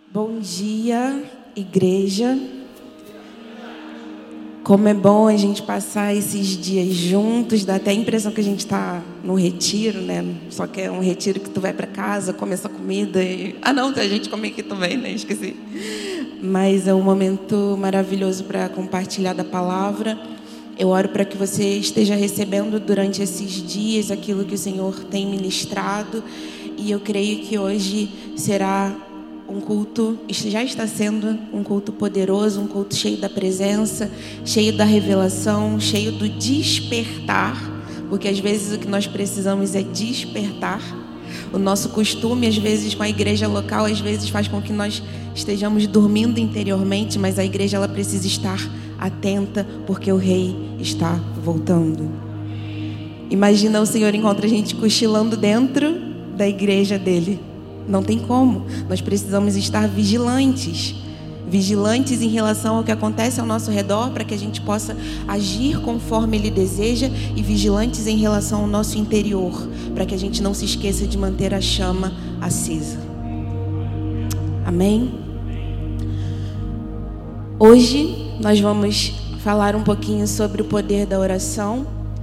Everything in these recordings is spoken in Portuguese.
Bom dia, igreja. Como é bom a gente passar esses dias juntos. Dá até a impressão que a gente está no retiro, né? Só que é um retiro que tu vai para casa, come essa comida e... Ah, não, a gente come aqui também, né? Esqueci. Mas é um momento maravilhoso para compartilhar da palavra. Eu oro para que você esteja recebendo durante esses dias aquilo que o Senhor tem ministrado. E eu creio que hoje será um culto, já está sendo um culto poderoso, um culto cheio da presença, cheio da revelação, cheio do despertar, porque às vezes o que nós precisamos é despertar. O nosso costume, às vezes, com a igreja local, às vezes faz com que nós estejamos dormindo interiormente, mas a igreja ela precisa estar atenta, porque o Rei está voltando. Imagina o Senhor encontra a gente cochilando dentro da igreja dele. Não tem como. Nós precisamos estar vigilantes. Vigilantes em relação ao que acontece ao nosso redor, para que a gente possa agir conforme Ele deseja, e vigilantes em relação ao nosso interior, para que a gente não se esqueça de manter a chama acesa. Amém? Hoje nós vamos falar um pouquinho sobre o poder da oração.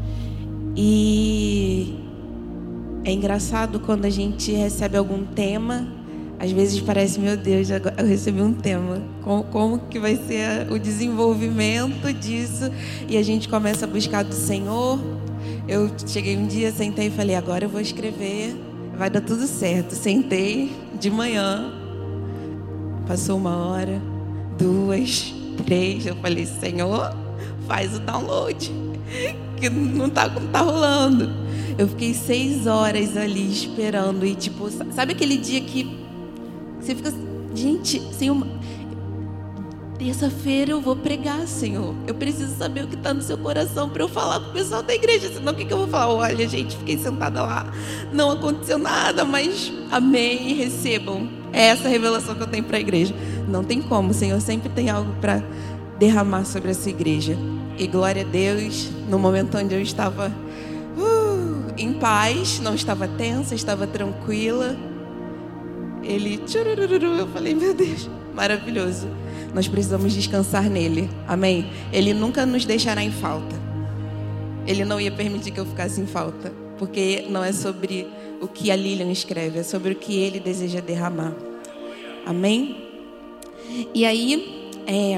E é engraçado quando a gente recebe algum tema. Às vezes parece, meu Deus, agora eu recebi um tema. Como que vai ser o desenvolvimento disso? E a gente começa a buscar do Senhor. Eu cheguei um dia, sentei e falei, agora eu vou escrever, vai dar tudo certo. Sentei de manhã, passou 1 hora, 2, 3. Eu falei, Senhor, faz o download, que não tá rolando. Eu fiquei 6 horas ali esperando. E tipo, sabe aquele dia que você fica, gente, Senhor, terça-feira eu vou pregar, Senhor. Eu preciso saber o que está no seu coração para eu falar com o pessoal da igreja. Senão o que eu vou falar? Olha, gente, fiquei sentada lá, não aconteceu nada, mas amém e recebam. É essa revelação que eu tenho para a igreja. Não tem como, o Senhor sempre tem algo para derramar sobre essa igreja. E glória a Deus, no momento onde eu estava em paz, não estava tensa, estava tranquila, Ele, eu falei, meu Deus, maravilhoso. Nós precisamos descansar nele, amém? Ele nunca nos deixará em falta. Ele não ia permitir que eu ficasse em falta, porque não é sobre o que a Lilian escreve, é sobre o que ele deseja derramar, amém? E aí,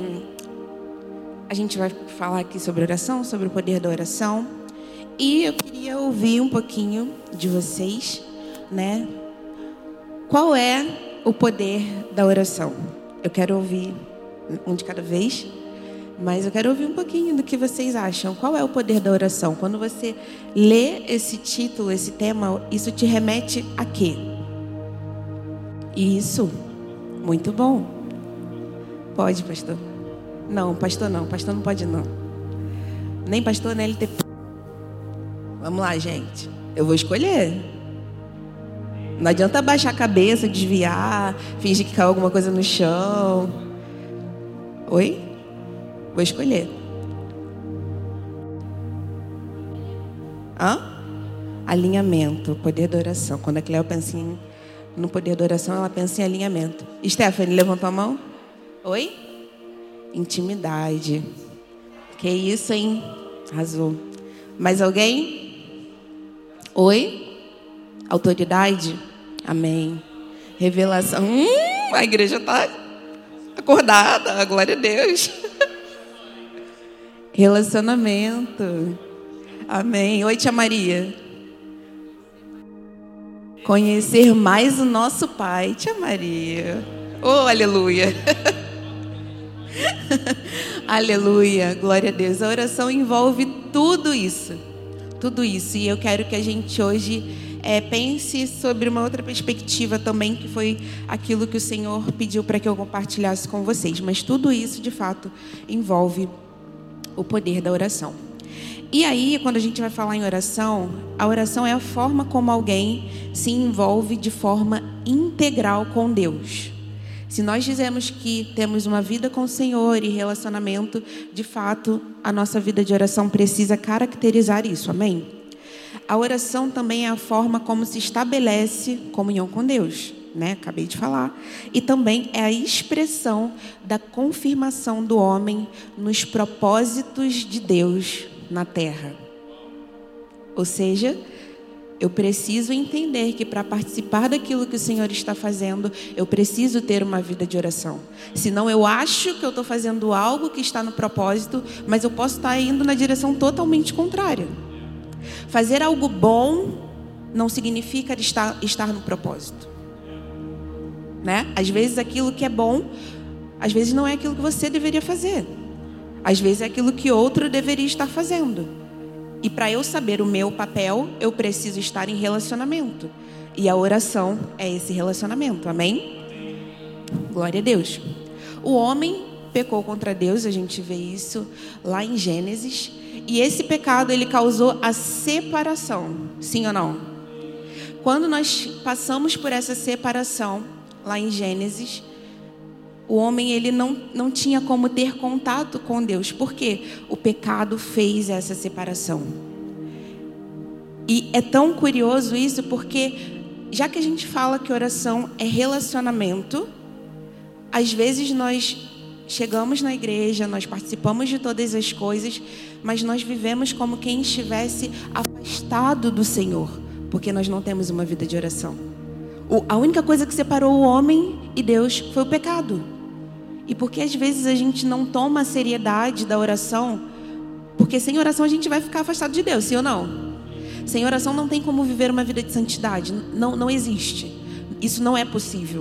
a gente vai falar aqui sobre oração, sobre o poder da oração. E eu queria ouvir um pouquinho de vocês, né? Qual é o poder da oração? Eu quero ouvir um de cada vez, mas eu quero ouvir um pouquinho do que vocês acham. Qual é o poder da oração? Quando você lê esse título, esse tema, isso te remete a quê? Isso, muito bom. Pode, pastor? Não, pastor não pode não. Nem pastor, nem LTP. Vamos lá, gente. Eu vou escolher. Não adianta baixar a cabeça, desviar, fingir que caiu alguma coisa no chão. Oi? Vou escolher. Alinhamento, poder da oração. Quando a Cleo pensa no poder da oração, ela pensa em alinhamento. Stephanie, levantou a mão? Oi? Intimidade. Que isso, hein? Arrasou. Mais alguém? Oi? Autoridade? Amém. Revelação. A igreja está acordada. Glória a Deus. Relacionamento. Amém. Oi, tia Maria. Conhecer mais o nosso Pai. Tia Maria. Oh, aleluia. Aleluia. Glória a Deus. A oração envolve tudo isso. Tudo isso. E eu quero que a gente hoje pense sobre uma outra perspectiva também, que foi aquilo que o Senhor pediu para que eu compartilhasse com vocês. Mas tudo isso, de fato, envolve o poder da oração. E aí, quando a gente vai falar em oração, a oração é a forma como alguém se envolve de forma integral com Deus. Se nós dizemos que temos uma vida com o Senhor e relacionamento, de fato, a nossa vida de oração precisa caracterizar isso, amém? A oração também é a forma como se estabelece comunhão com Deus. né? Acabei de falar. E também é a expressão da confirmação do homem nos propósitos de Deus na terra. Ou seja, eu preciso entender que para participar daquilo que o Senhor está fazendo, eu preciso ter uma vida de oração. Senão eu acho que eu estou fazendo algo que está no propósito, mas eu posso estar indo na direção totalmente contrária. Fazer algo bom não significa estar no propósito, né? Às vezes aquilo que é bom, às vezes não é aquilo que você deveria fazer. Às vezes é aquilo que outro deveria estar fazendo. E para eu saber o meu papel, eu preciso estar em relacionamento. E a oração é esse relacionamento, amém? Glória a Deus. O homem pecou contra Deus, a gente vê isso lá em Gênesis. E esse pecado, ele causou a separação, sim ou não? Quando nós passamos por essa separação, lá em Gênesis, o homem ele não tinha como ter contato com Deus. Por quê? O pecado fez essa separação. E é tão curioso isso porque, já que a gente fala que oração é relacionamento, às vezes nós chegamos na igreja, nós participamos de todas as coisas, mas nós vivemos como quem estivesse afastado do Senhor, porque nós não temos uma vida de oração. A única coisa que separou o homem e Deus foi o pecado. E porque às vezes a gente não toma a seriedade da oração, porque sem oração a gente vai ficar afastado de Deus, sim ou não? Sem oração não tem como viver uma vida de santidade, não existe. Isso não é possível.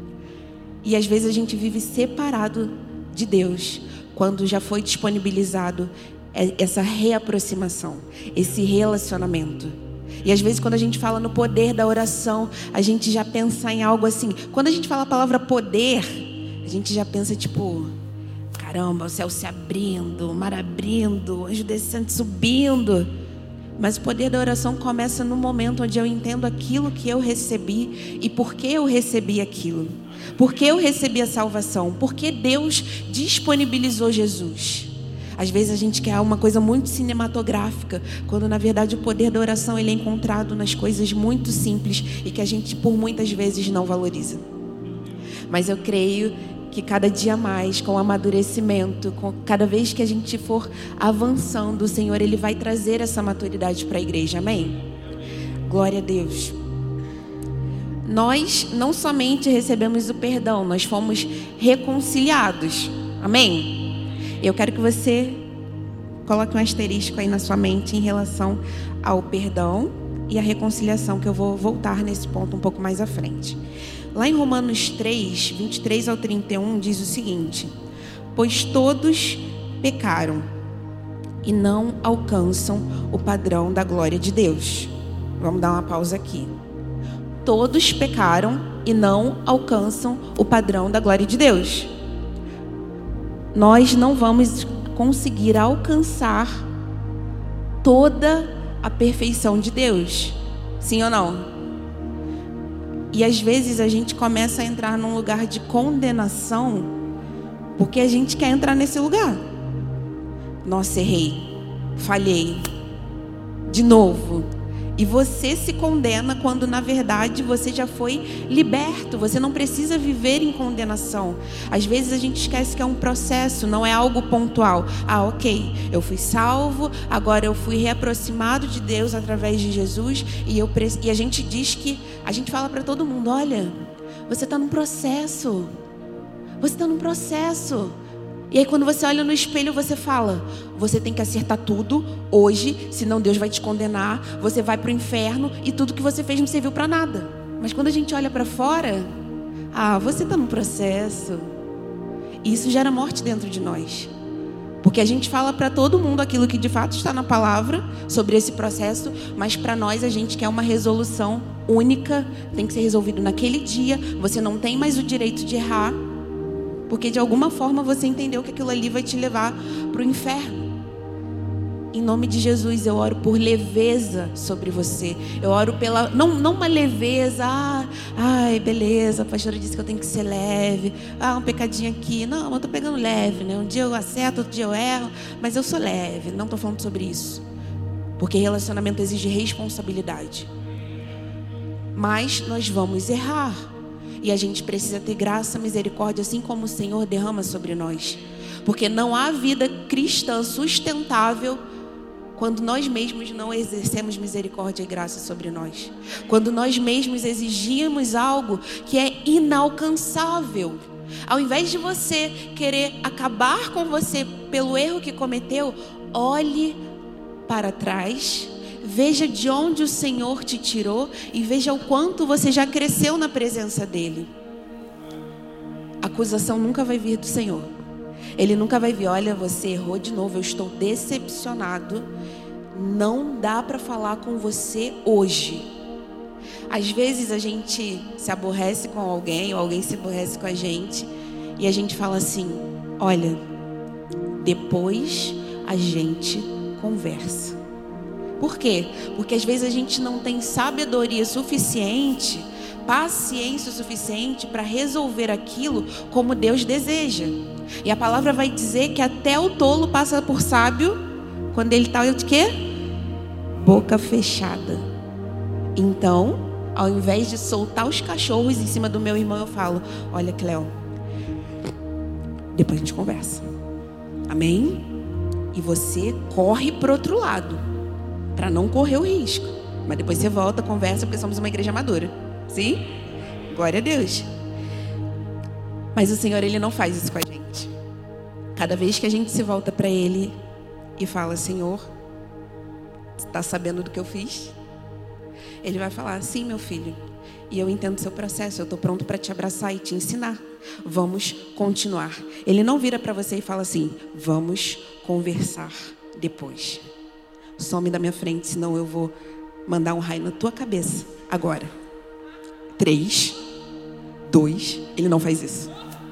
E às vezes a gente vive separado de Deus, quando já foi disponibilizado essa reaproximação, esse relacionamento. E às vezes quando a gente fala no poder da oração, a gente já pensa em algo assim. Quando a gente fala a palavra poder, a gente já pensa tipo, caramba, o céu se abrindo, o mar abrindo, o anjo descendo, subindo. Mas o poder da oração começa no momento onde eu entendo aquilo que eu recebi e por que eu recebi aquilo. Por que eu recebi a salvação? Por que Deus disponibilizou Jesus? Às vezes a gente quer uma coisa muito cinematográfica, quando na verdade o poder da oração ele é encontrado nas coisas muito simples e que a gente por muitas vezes não valoriza. Mas eu creio que cada dia mais, com o amadurecimento, cada vez que a gente for avançando, o Senhor ele vai trazer essa maturidade para a igreja, amém? Glória a Deus. Nós não somente recebemos o perdão, nós fomos reconciliados, amém? Eu quero que você coloque um asterisco aí na sua mente em relação ao perdão e a reconciliação, que eu vou voltar nesse ponto um pouco mais à frente. Lá em Romanos 3, 23 ao 31, diz o seguinte: pois todos pecaram e não alcançam o padrão da glória de Deus. Vamos dar uma pausa aqui. Todos pecaram e não alcançam o padrão da glória de Deus. Nós não vamos conseguir alcançar toda a perfeição de Deus. Sim ou não? E às vezes a gente começa a entrar num lugar de condenação, porque a gente quer entrar nesse lugar. Nossa, errei, falhei, de novo. E você se condena quando na verdade você já foi liberto. Você não precisa viver em condenação. Às vezes a gente esquece que é um processo, não é algo pontual. Ah, ok, eu fui salvo, agora eu fui reaproximado de Deus através de Jesus. E a gente diz que, a gente fala para todo mundo: olha, você está num processo. Você está num processo. E aí quando você olha no espelho, você fala: você tem que acertar tudo hoje, senão Deus vai te condenar, você vai para o inferno e tudo que você fez não serviu para nada. Mas quando a gente olha para fora, você está num processo. E isso gera morte dentro de nós. Porque a gente fala para todo mundo aquilo que de fato está na palavra sobre esse processo, mas para nós a gente quer uma resolução única, tem que ser resolvido naquele dia, você não tem mais o direito de errar. Porque de alguma forma você entendeu que aquilo ali vai te levar para o inferno. Em nome de Jesus, eu oro por leveza sobre você. Eu oro pela... Não uma leveza. Ai, beleza, a pastora disse que eu tenho que ser leve. Um pecadinho aqui. Não, eu estou pegando leve, né? Um dia eu acerto, outro dia eu erro. Mas eu sou leve. Não estou falando sobre isso. Porque relacionamento exige responsabilidade. Mas nós vamos errar. E a gente precisa ter graça, misericórdia, assim como o Senhor derrama sobre nós. Porque não há vida cristã sustentável quando nós mesmos não exercemos misericórdia e graça sobre nós. Quando nós mesmos exigimos algo que é inalcançável. Ao invés de você querer acabar com você pelo erro que cometeu, olhe para trás, veja de onde o Senhor te tirou e veja o quanto você já cresceu na presença dEle. A acusação nunca vai vir do Senhor. Ele nunca vai vir, olha, você errou de novo, eu estou decepcionado. Não dá para falar com você hoje. Às vezes a gente se aborrece com alguém, ou alguém se aborrece com a gente, e a gente fala assim, olha, depois a gente conversa. Por quê? Porque às vezes a gente não tem sabedoria suficiente, paciência suficiente para resolver aquilo como Deus deseja. E a palavra vai dizer que até o tolo passa por sábio quando ele está de quê? Boca fechada. Então, ao invés de soltar os cachorros em cima do meu irmão, eu falo, olha, Cleo, depois a gente conversa. Amém? E você corre pro outro lado, para não correr o risco. Mas depois você volta, conversa, porque somos uma igreja madura. Sim? Glória a Deus. Mas o Senhor, Ele não faz isso com a gente. Cada vez que a gente se volta para Ele e fala, Senhor, você está sabendo do que eu fiz? Ele vai falar, sim, meu filho. E eu entendo o seu processo, eu estou pronto para te abraçar e te ensinar. Vamos continuar. Ele não vira para você e fala assim, vamos conversar depois. Some da minha frente, senão eu vou mandar um raio na tua cabeça. Agora. 3, 2, ele não faz isso.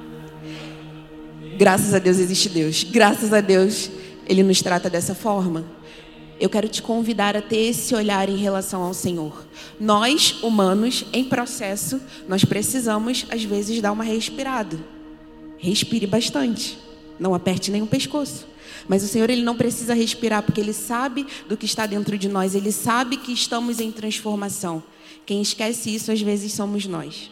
Graças a Deus existe Deus. Graças a Deus Ele nos trata dessa forma. Eu quero te convidar a ter esse olhar em relação ao Senhor. Nós, humanos, em processo, nós precisamos, às vezes, dar uma respirada. Respire bastante. Não aperte nem o pescoço. Mas o Senhor, Ele não precisa respirar, porque Ele sabe do que está dentro de nós. Ele sabe que estamos em transformação. Quem esquece isso, às vezes, somos nós.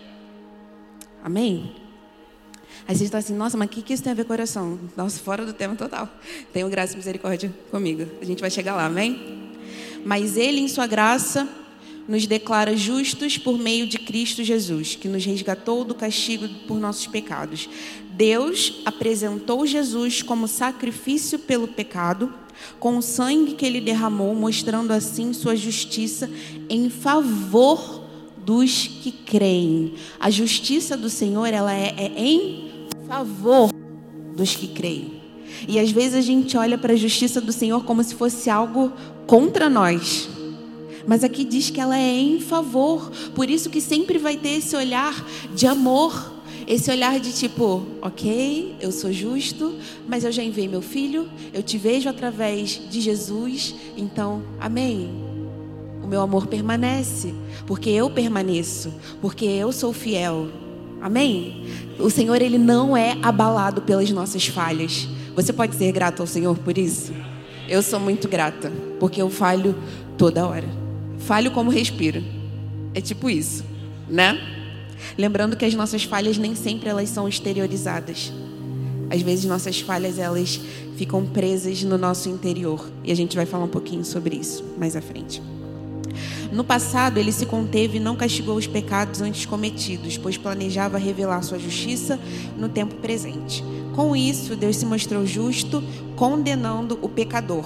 Amém? Aí você está assim, nossa, mas o que isso tem a ver com oração? Nossa, fora do tema total. Tenha graça e misericórdia comigo. A gente vai chegar lá, amém? Mas Ele, em sua graça, nos declara justos por meio de Cristo Jesus, que nos resgatou do castigo por nossos pecados. Deus apresentou Jesus como sacrifício pelo pecado, com o sangue que Ele derramou, mostrando assim sua justiça em favor dos que creem. A justiça do Senhor, ela é em favor dos que creem. E às vezes a gente olha para a justiça do Senhor como se fosse algo contra nós. Mas aqui diz que ela é em favor. Por isso que sempre vai ter esse olhar de amor. Esse olhar de tipo, ok, eu sou justo, mas eu já enviei meu filho, eu te vejo através de Jesus, então, amém. O meu amor permanece, porque eu permaneço, porque eu sou fiel. Amém? O Senhor, Ele não é abalado pelas nossas falhas. Você pode ser grato ao Senhor por isso? Eu sou muito grata, porque eu falho toda hora. Falho como respiro. É tipo isso, né? Lembrando que as nossas falhas nem sempre elas são exteriorizadas. Às vezes nossas falhas elas ficam presas no nosso interior. E a gente vai falar um pouquinho sobre isso mais à frente. No passado, Ele se conteve e não castigou os pecados antes cometidos, pois planejava revelar sua justiça no tempo presente. Com isso, Deus se mostrou justo, condenando o pecador.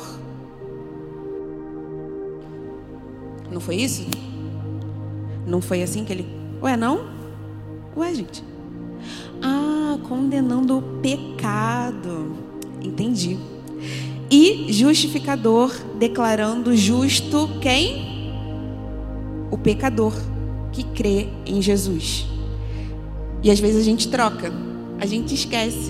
Não foi isso? Não foi assim que Ele... Ué, não? Ué, gente. Condenando o pecado. Entendi. E justificador, declarando justo quem? O pecador que crê em Jesus. E às vezes a gente troca, a gente esquece.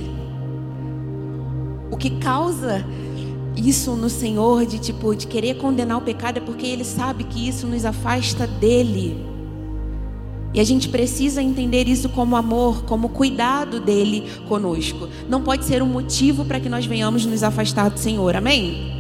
O que causa isso no Senhor de querer condenar o pecado é porque Ele sabe que isso nos afasta dEle. E a gente precisa entender isso como amor, como cuidado dEle conosco. Não pode ser um motivo para que nós venhamos nos afastar do Senhor. Amém?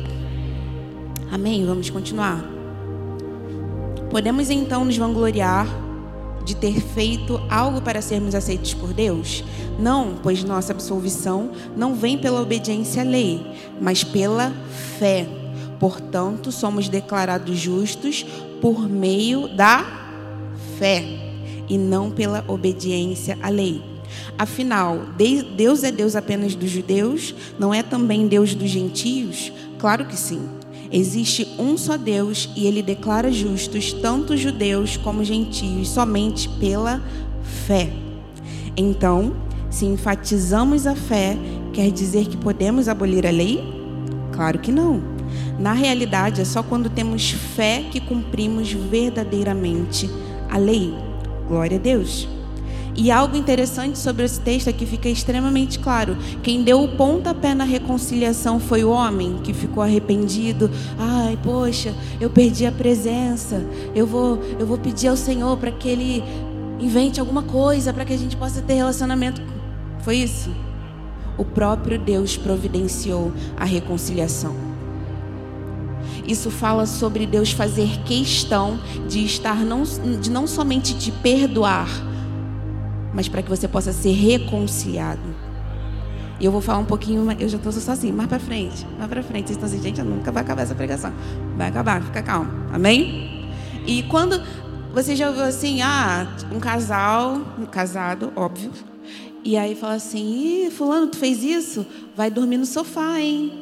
Amém? Vamos continuar. Podemos então nos vangloriar de ter feito algo para sermos aceitos por Deus? Não, pois nossa absolvição não vem pela obediência à lei, mas pela fé. Portanto, somos declarados justos por meio da fé e não pela obediência à lei. Afinal, Deus é Deus apenas dos judeus? Não é também Deus dos gentios? Claro que sim. Existe um só Deus e Ele declara justos tanto judeus como gentios somente pela fé. Então, se enfatizamos a fé, quer dizer que podemos abolir a lei? Claro que não. Na realidade, é só quando temos fé que cumprimos verdadeiramente a lei. Glória a Deus. E algo interessante sobre esse texto é que fica extremamente claro. Quem deu o pontapé na reconciliação foi o homem que ficou arrependido. Ai, poxa, eu perdi a presença. Eu vou pedir ao Senhor para que Ele invente alguma coisa para que a gente possa ter relacionamento. Foi isso? O próprio Deus providenciou a reconciliação. Isso fala sobre Deus fazer questão de não somente te perdoar, mas para que você possa ser reconciliado. E eu vou falar um pouquinho, eu já estou só assim, mais para frente. Vocês estão assim, gente, nunca vai acabar essa pregação. Vai acabar, fica calmo. Amém? E quando você já ouviu assim, um casado, óbvio, e aí fala assim, fulano, tu fez isso? Vai dormir no sofá, hein?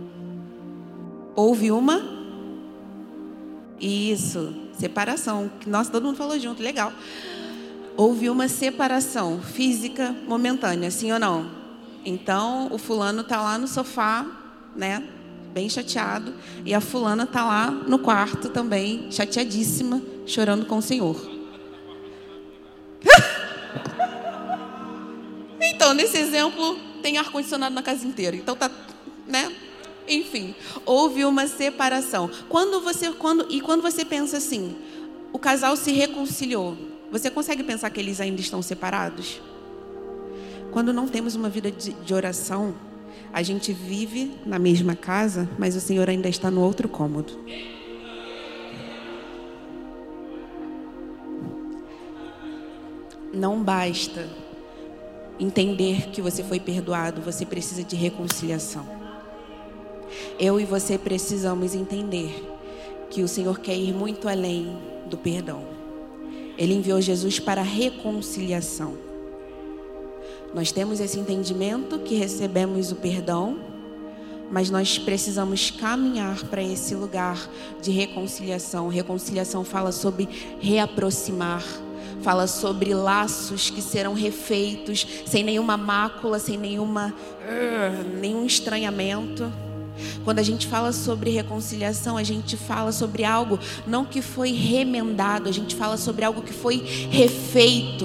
Houve uma? Isso, separação. Nossa, todo mundo falou junto, legal. Houve uma separação física momentânea, sim ou não? Então, o fulano está lá no sofá, né? Bem chateado. E a fulana está lá no quarto também, chateadíssima, chorando com o Senhor. Então, nesse exemplo, tem ar-condicionado na casa inteira. Então, tá, né? Enfim, houve uma separação. Quando você pensa assim, o casal se reconciliou, você consegue pensar que eles ainda estão separados? Quando não temos uma vida de oração, a gente vive na mesma casa, mas o Senhor ainda está no outro cômodo. Não basta entender que você foi perdoado, você precisa de reconciliação. Eu e você precisamos entender que o Senhor quer ir muito além do perdão. Ele enviou Jesus para a reconciliação. Nós temos esse entendimento que recebemos o perdão, mas nós precisamos caminhar para esse lugar de reconciliação. Reconciliação fala sobre reaproximar, fala sobre laços que serão refeitos sem nenhuma mácula, sem nenhum estranhamento. Quando a gente fala sobre reconciliação, a gente fala sobre algo não que foi remendado, a gente fala sobre algo que foi refeito.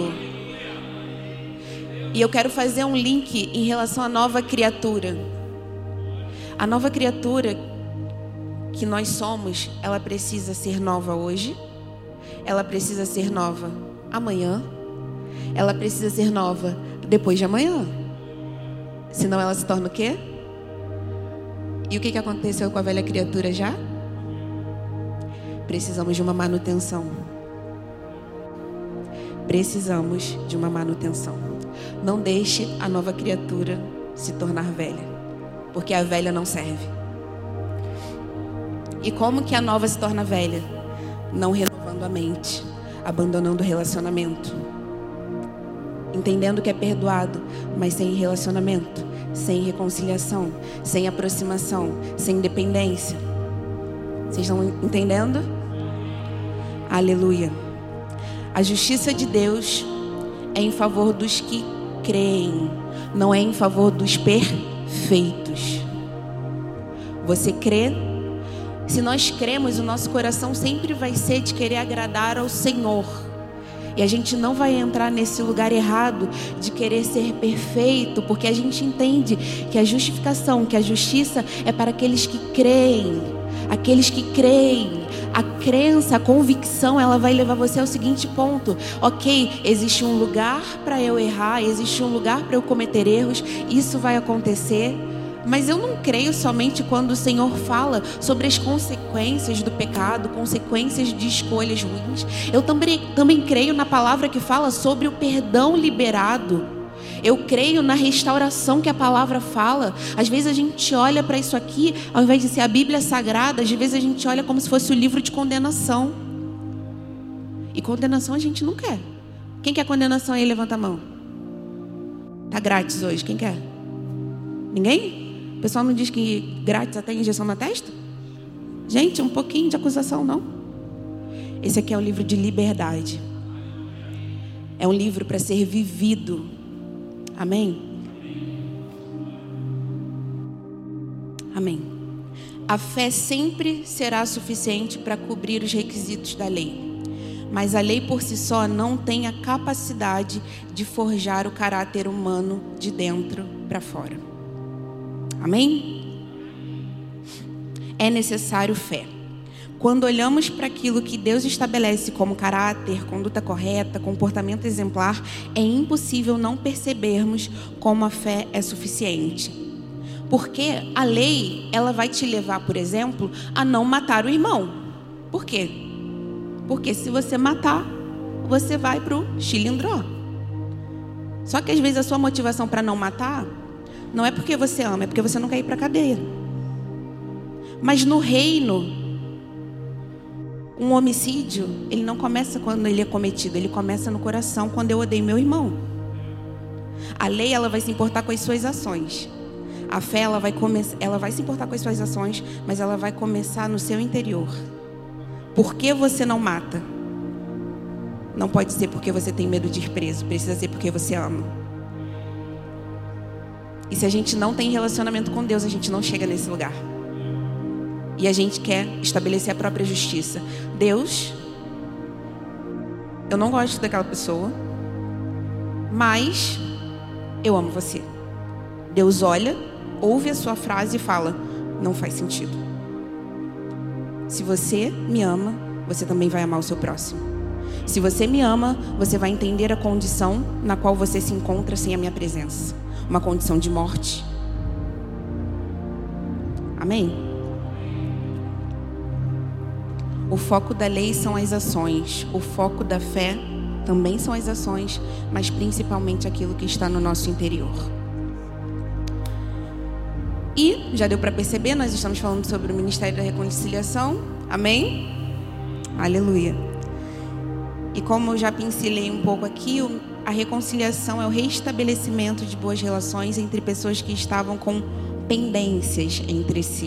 E eu quero fazer um link em relação à nova criatura. A nova criatura que nós somos, ela precisa ser nova hoje, ela precisa ser nova amanhã, ela precisa ser nova depois de amanhã. Senão ela se torna o quê? E o que aconteceu com a velha criatura já? Precisamos de uma manutenção. Precisamos de uma manutenção. Não deixe a nova criatura se tornar velha, porque a velha não serve. E como que a nova se torna velha? Não renovando a mente, abandonando o relacionamento, entendendo que é perdoado, mas sem relacionamento, sem reconciliação, sem aproximação, sem dependência. Vocês estão entendendo? Aleluia. A justiça de Deus é em favor dos que creem, não é em favor dos perfeitos. Você crê? Se nós cremos, o nosso coração sempre vai ser de querer agradar ao Senhor. E a gente não vai entrar nesse lugar errado de querer ser perfeito, porque a gente entende que a justificação, que a justiça é para aqueles que creem. Aqueles que creem. A crença, a convicção, ela vai levar você ao seguinte ponto: ok, existe um lugar para eu errar, existe um lugar para eu cometer erros, isso vai acontecer, Mas eu não creio somente quando o Senhor fala sobre as consequências do pecado, consequências de escolhas ruins. Eu também creio na palavra que fala sobre o perdão liberado. Eu creio na restauração que a palavra fala. Às vezes a gente olha para isso aqui, ao invés de ser a Bíblia Sagrada, às vezes a gente olha como se fosse o livro de condenação. E condenação a gente não quer. Quem quer condenação aí? Levanta a mão. Tá grátis hoje, quem quer? Ninguém? O pessoal não diz que grátis até injeção na testa? Gente, um pouquinho de acusação, não? Esse aqui é um livro de liberdade. É um livro para ser vivido. Amém? Amém. A fé sempre será suficiente para cobrir os requisitos da lei. Mas a lei por si só não tem a capacidade de forjar o caráter humano de dentro para fora. Amém? É necessário fé. Quando olhamos para aquilo que Deus estabelece como caráter, conduta correta, comportamento exemplar, é impossível não percebermos como a fé é suficiente. Porque a lei, ela vai te levar, por exemplo, a não matar o irmão. Por quê? Porque se você matar, você vai para o chilindró. Só que às vezes a sua motivação para não matar não é porque você ama, é porque você não quer ir para a cadeia. Mas no reino, um homicídio, ele não começa quando ele é cometido, ele começa no coração, quando eu odeio meu irmão. A lei, ela vai se importar com as suas ações. A fé, ela vai se importar com as suas ações, mas ela vai começar no seu interior. Por que você não mata? Não pode ser porque você tem medo de ir preso, precisa ser porque você ama. E se a gente não tem relacionamento com Deus, a gente não chega nesse lugar. E a gente quer estabelecer a própria justiça. Deus, eu não gosto daquela pessoa, mas eu amo você. Deus olha, ouve a sua frase e fala: não faz sentido. Se você me ama, você também vai amar o seu próximo. Se você me ama, você vai entender a condição na qual você se encontra sem a minha presença. Uma condição de morte. Amém? O foco da lei são as ações. O foco da fé também são as ações, mas principalmente aquilo que está no nosso interior. E, já deu para perceber, nós estamos falando sobre o Ministério da Reconciliação. Amém? Aleluia. E como eu já pincelei um pouco aqui, a reconciliação é o restabelecimento de boas relações entre pessoas que estavam com pendências entre si.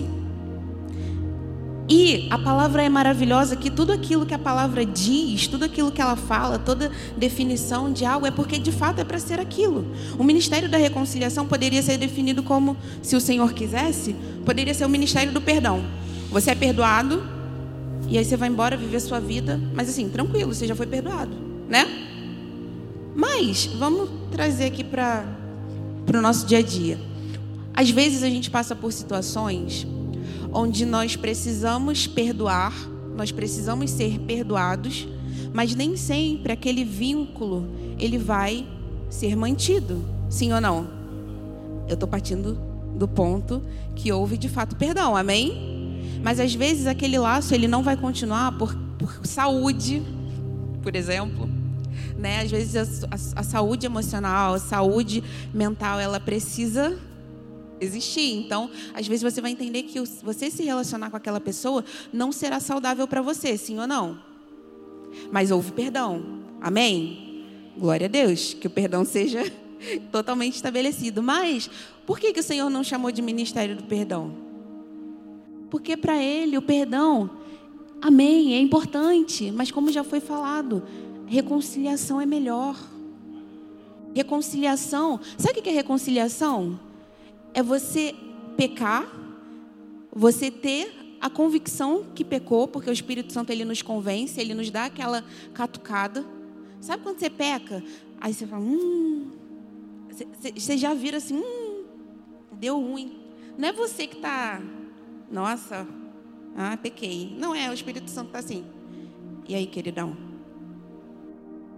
E a palavra é maravilhosa, que tudo aquilo que a palavra diz, tudo aquilo que ela fala, toda definição de algo é porque de fato é para ser aquilo. O Ministério da Reconciliação poderia ser definido como, se o Senhor quisesse, poderia ser o Ministério do Perdão. Você é perdoado e aí você vai embora viver sua vida, mas assim, tranquilo, você já foi perdoado, né? Mas vamos trazer aqui para o nosso dia a dia. Às vezes a gente passa por situações onde nós precisamos perdoar, nós precisamos ser perdoados, mas nem sempre aquele vínculo ele vai ser mantido, sim ou não? Eu estou partindo do ponto que houve de fato perdão, amém? Mas às vezes aquele laço ele não vai continuar por saúde, por exemplo, né? Às vezes a saúde emocional, a saúde mental, ela precisa existir. Então, às vezes você vai entender que você se relacionar com aquela pessoa não será saudável para você, sim ou não? Mas houve perdão, amém? Glória a Deus, que o perdão seja totalmente estabelecido. Mas por que o Senhor não chamou de Ministério do Perdão? Porque para Ele o perdão, amém, é importante, mas como já foi falado, reconciliação é melhor. Reconciliação, sabe o que é reconciliação? É você pecar, você ter a convicção que pecou, porque o Espírito Santo ele nos convence, ele nos dá aquela catucada. Sabe quando você peca? Aí você fala, você já vira assim, deu ruim. Não é você que está, nossa, pequei. Não é, o Espírito Santo está assim. E aí, queridão?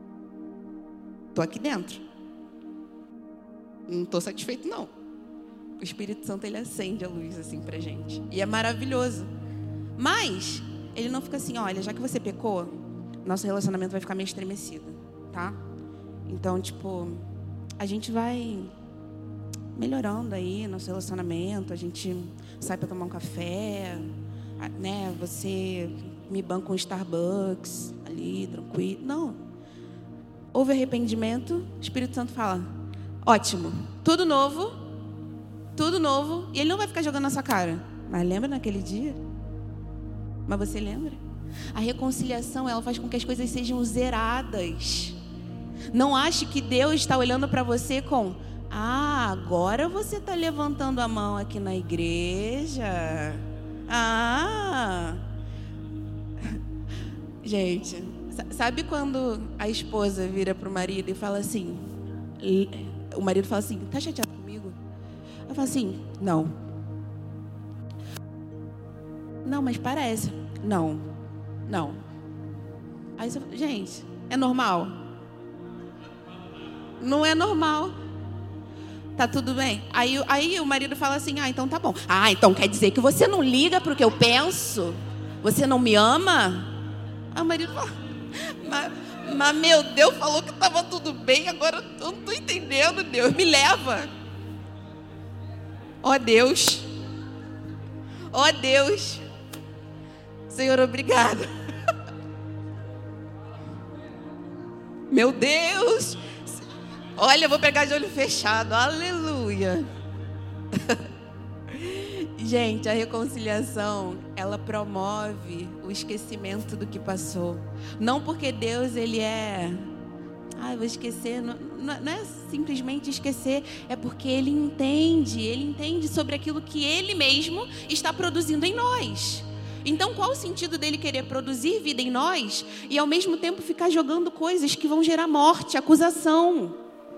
Estou aqui dentro. Não estou satisfeito, não. O Espírito Santo, ele acende a luz assim pra gente. E é maravilhoso. Mas ele não fica assim, olha, já que você pecou, nosso relacionamento vai ficar meio estremecido, tá? Então, tipo, a gente vai melhorando aí nosso relacionamento, a gente sai para tomar um café, né? Você me banca um Starbucks ali, tranquilo. Não. Houve arrependimento, o Espírito Santo fala, ótimo, tudo novo, e ele não vai ficar jogando na sua cara. Mas lembra naquele dia? Mas você lembra? A reconciliação, ela faz com que as coisas sejam zeradas. Não ache que Deus está olhando para você com... agora você está levantando a mão aqui na igreja. Gente, sabe quando a esposa vira para o marido e fala assim... O marido fala assim, tá chateado comigo? Ela fala assim, não. Não, mas parece. Não. Aí você fala, gente, é normal? Não é normal. Tá tudo bem? Aí o marido fala assim, então tá bom. Então quer dizer que você não liga pro que eu penso? Você não me ama? Aí o marido fala, mas meu Deus falou que tava tudo bem, agora eu não tô entendendo, Deus, me leva. Ó Deus. Senhor, obrigado. Meu Deus. Olha, eu vou pegar de olho fechado. Aleluia. Gente, a reconciliação, ela promove o esquecimento do que passou. Não porque Deus, ele é... eu vou esquecer. Não é simplesmente esquecer. É porque ele entende sobre aquilo que ele mesmo está produzindo em nós. Então, qual o sentido dele querer produzir vida em nós e, ao mesmo tempo, ficar jogando coisas que vão gerar morte, acusação?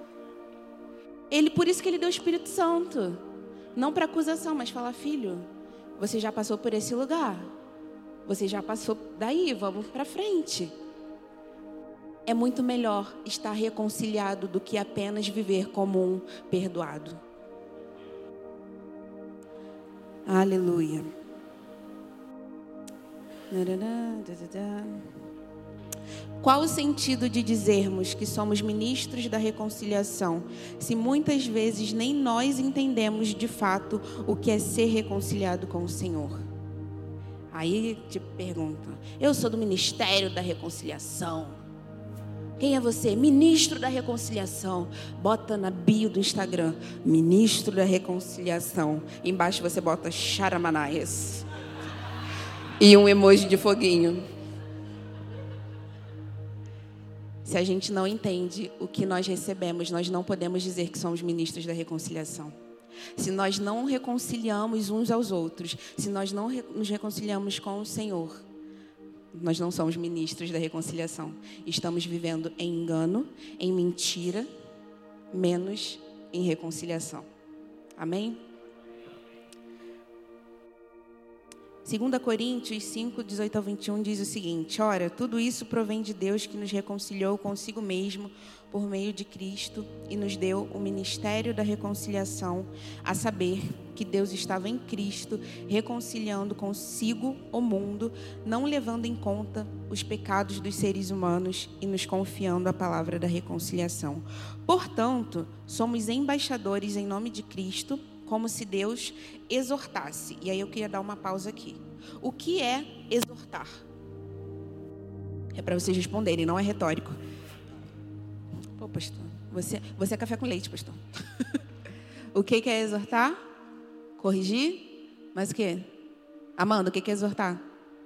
Por isso que ele deu o Espírito Santo. Não para acusação, mas falar, filho, você já passou por esse lugar. Você já passou daí, vamos para frente. É muito melhor estar reconciliado do que apenas viver como um perdoado. Aleluia. Qual o sentido de dizermos que somos ministros da reconciliação, se muitas vezes nem nós entendemos de fato o que é ser reconciliado com o Senhor? Aí te pergunta, eu sou do Ministério da Reconciliação. Quem é você? Ministro da Reconciliação. Bota na bio do Instagram, Ministro da Reconciliação. Embaixo você bota Charamanaias. E um emoji de foguinho. Se a gente não entende o que nós recebemos, nós não podemos dizer que somos ministros da reconciliação. Se nós não reconciliamos uns aos outros, se nós não nos reconciliamos com o Senhor, nós não somos ministros da reconciliação. Estamos vivendo em engano, em mentira, menos em reconciliação. Amém? 2 Coríntios 5, 18 ao 21 diz o seguinte: ora, tudo isso provém de Deus que nos reconciliou consigo mesmo por meio de Cristo e nos deu o ministério da reconciliação, a saber, que Deus estava em Cristo reconciliando consigo o mundo, não levando em conta os pecados dos seres humanos e nos confiando a palavra da reconciliação. Portanto, somos embaixadores em nome de Cristo, como se Deus exortasse. E aí eu queria dar uma pausa aqui. O que é exortar? É para vocês responderem, não é retórico. Pô, pastor, você é café com leite, pastor. O que é exortar? Corrigir? Mas o quê? Amanda, o que é exortar?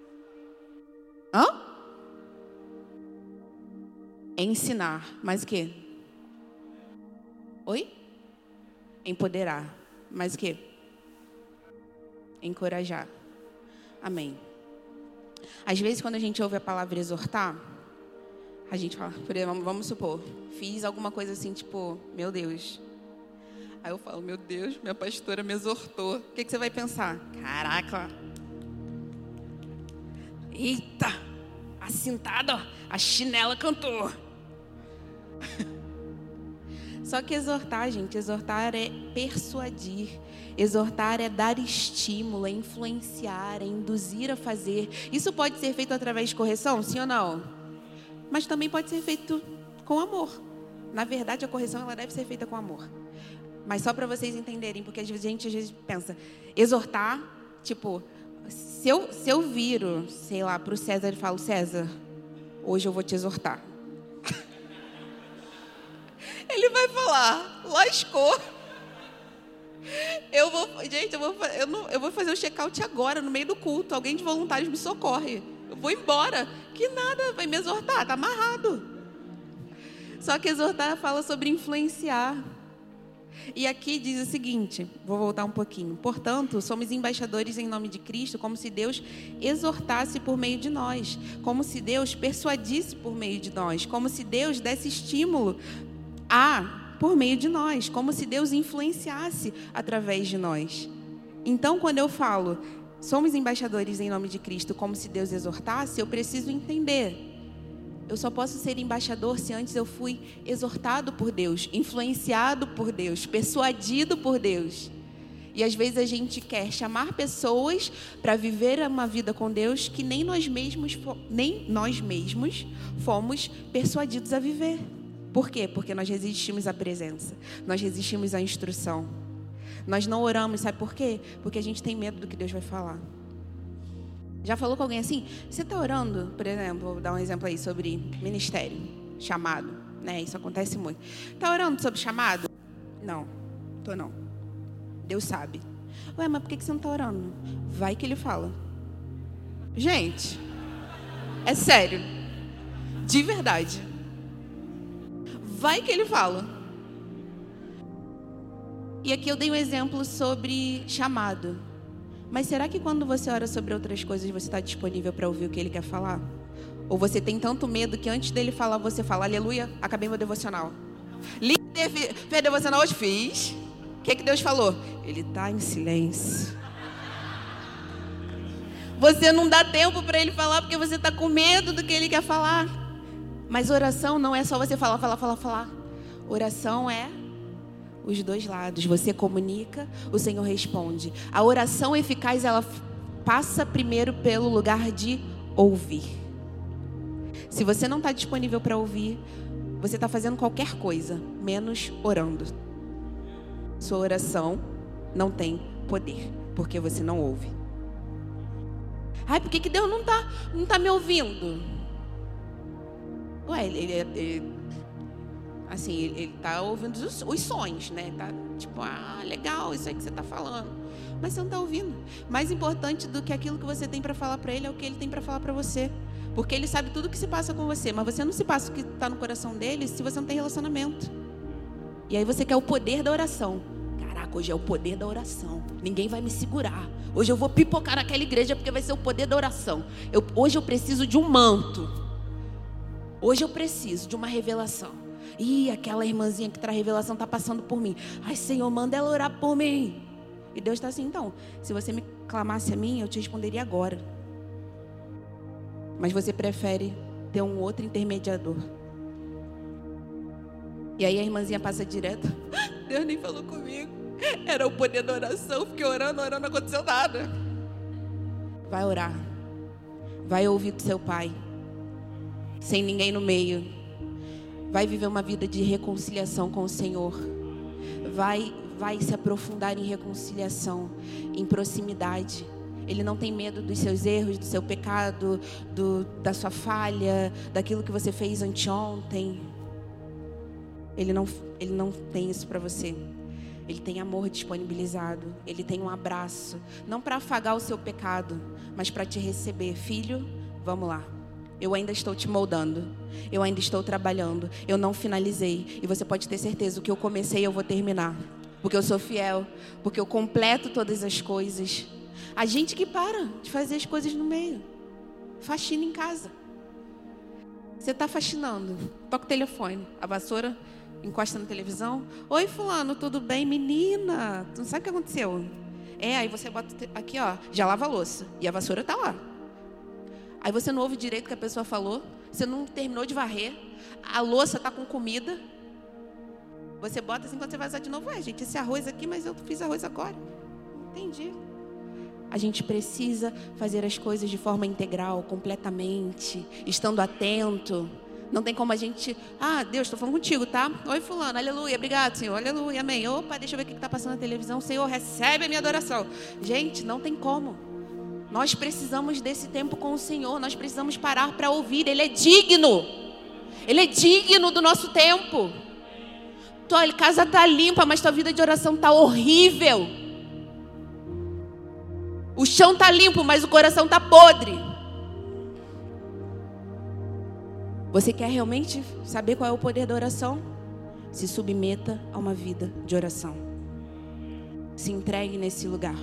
Ensinar. Mais o quê? Oi? Empoderar. Mais o quê? Encorajar. Amém. Às vezes, quando a gente ouve a palavra exortar, a gente fala, por exemplo, vamos supor, fiz alguma coisa assim, tipo, meu Deus. Aí eu falo, meu Deus, minha pastora me exortou. O que você vai pensar? Caraca. Eita, a cintada, a chinela cantou. Só que exortar, gente, exortar é persuadir. Exortar é dar estímulo, é influenciar, é induzir a fazer. Isso pode ser feito através de correção, sim ou não? Mas também pode ser feito com amor. Na verdade, a correção ela deve ser feita com amor. Mas só para vocês entenderem, porque a gente às vezes pensa, exortar, tipo, se eu viro, sei lá, para o César e falo, César, hoje eu vou te exortar. Ele vai falar, lascou. Eu vou fazer o check-out agora, no meio do culto. Alguém de voluntários me socorre. Eu vou embora. Que nada, vai me exortar, tá amarrado. Só que exortar fala sobre influenciar. E aqui diz o seguinte, vou voltar um pouquinho. Portanto, somos embaixadores em nome de Cristo, como se Deus exortasse por meio de nós, como se Deus persuadisse por meio de nós, como se Deus desse estímulo por meio de nós, como se Deus influenciasse através de nós. Então, quando eu falo, somos embaixadores em nome de Cristo, como se Deus exortasse, eu preciso entender. Eu só posso ser embaixador se antes eu fui exortado por Deus, influenciado por Deus, persuadido por Deus. E às vezes a gente quer chamar pessoas para viver uma vida com Deus que nem nós mesmos fomos persuadidos a viver. Por quê? Porque nós resistimos à presença, nós resistimos à instrução. Nós não oramos, sabe por quê? Porque a gente tem medo do que Deus vai falar. Já falou com alguém assim? Você está orando, por exemplo, vou dar um exemplo aí sobre ministério, chamado, né? Isso acontece muito. Está orando sobre chamado? Não, estou não. Deus sabe. Ué, mas por que você não está orando? Vai que Ele fala. Gente, é sério, de verdade. Vai que Ele fala. E aqui eu dei um exemplo sobre chamado. Mas será que quando você ora sobre outras coisas, você está disponível para ouvir o que Ele quer falar? Ou você tem tanto medo que antes dele falar, você fala, aleluia, acabei meu devocional. Líder, fez devocional hoje? Fiz. O que Deus falou? Ele está em silêncio. Você não dá tempo para Ele falar porque você está com medo do que Ele quer falar. Mas oração não é só você falar. Oração é os dois lados. Você comunica, o Senhor responde. A oração eficaz, ela passa primeiro pelo lugar de ouvir. Se você não está disponível para ouvir, você está fazendo qualquer coisa, menos orando. Sua oração não tem poder, porque você não ouve. Ai, por que Deus não tá me ouvindo? Ué, ele tá ouvindo os sons, né? Tá tipo, legal, isso aí que você tá falando. Mas você não tá ouvindo. Mais importante do que aquilo que você tem para falar para Ele é o que Ele tem para falar para você. Porque Ele sabe tudo o que se passa com você, mas você não se passa o que está no coração dele se você não tem relacionamento. E aí você quer o poder da oração. Caraca, hoje é o poder da oração. Ninguém vai me segurar. Hoje eu vou pipocar naquela igreja porque vai ser o poder da oração. Hoje eu preciso de um manto. Hoje eu preciso de uma revelação. Ih, aquela irmãzinha que traz revelação está passando por mim. Ai, Senhor, manda ela orar por mim. E Deus está assim, então, se você me clamasse a mim, eu te responderia agora. Mas você prefere ter um outro intermediador. E aí a irmãzinha passa direto. Deus nem falou comigo. Era o poder da oração. Fiquei orando, não aconteceu nada. Vai orar. Vai ouvir com seu pai. Sem ninguém no meio. Vai viver uma vida de reconciliação com o Senhor. Vai se aprofundar em reconciliação, em proximidade. Ele não tem medo dos seus erros, do seu pecado, da sua falha, daquilo que você fez anteontem. Ele não tem isso para você. Ele tem amor disponibilizado. Ele tem um abraço. Não para afagar o seu pecado, mas para te receber. Filho, vamos lá. Eu ainda estou te moldando. Eu ainda estou trabalhando. Eu não finalizei. E você pode ter certeza, o que eu comecei eu vou terminar. Porque eu sou fiel. Porque eu completo todas as coisas. A gente que para de fazer as coisas no meio. Faxina em casa. Você está faxinando. Toca o telefone. A vassoura encosta na televisão. Oi, fulano, tudo bem? Menina, tu não sabe o que aconteceu? Aí você bota aqui, ó, já lava a louça. E a vassoura está lá. Aí você não ouve direito o que a pessoa falou. Você não terminou de varrer. A louça está com comida. Você bota assim quando você vai usar de novo. Gente, esse arroz aqui, mas eu fiz arroz agora. Entendi. A gente precisa fazer as coisas de forma integral, completamente, estando atento. Não tem como a gente... Deus, estou falando contigo, tá? Oi, fulano, aleluia, obrigado, Senhor, aleluia, amém. Opa, deixa eu ver o que está passando na televisão. Senhor, recebe a minha adoração. Gente, não tem como. Nós precisamos desse tempo com o Senhor. Nós precisamos parar para ouvir. Ele é digno. Ele é digno do nosso tempo. Tua casa está limpa, mas tua vida de oração está horrível. O chão está limpo, mas o coração está podre. Você quer realmente saber qual é o poder da oração? Se submeta a uma vida de oração. Se entregue nesse lugar.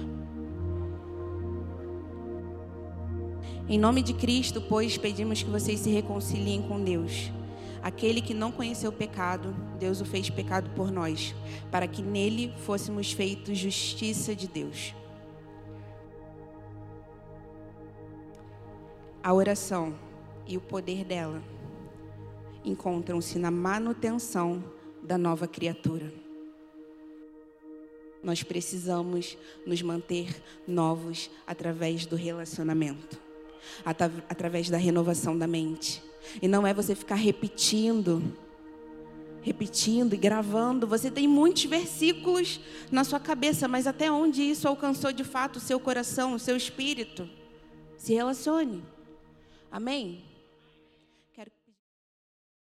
Em nome de Cristo, pois, pedimos que vocês se reconciliem com Deus. Aquele que não conheceu o pecado, Deus o fez pecado por nós, para que nele fôssemos feitos justiça de Deus. A oração e o poder dela encontram-se na manutenção da nova criatura. Nós precisamos nos manter novos através do relacionamento, através da renovação da mente. E não é você ficar repetindo e gravando. Você tem muitos versículos na sua cabeça, mas até onde isso alcançou de fato o seu coração, o seu espírito? Se relacione. Amém?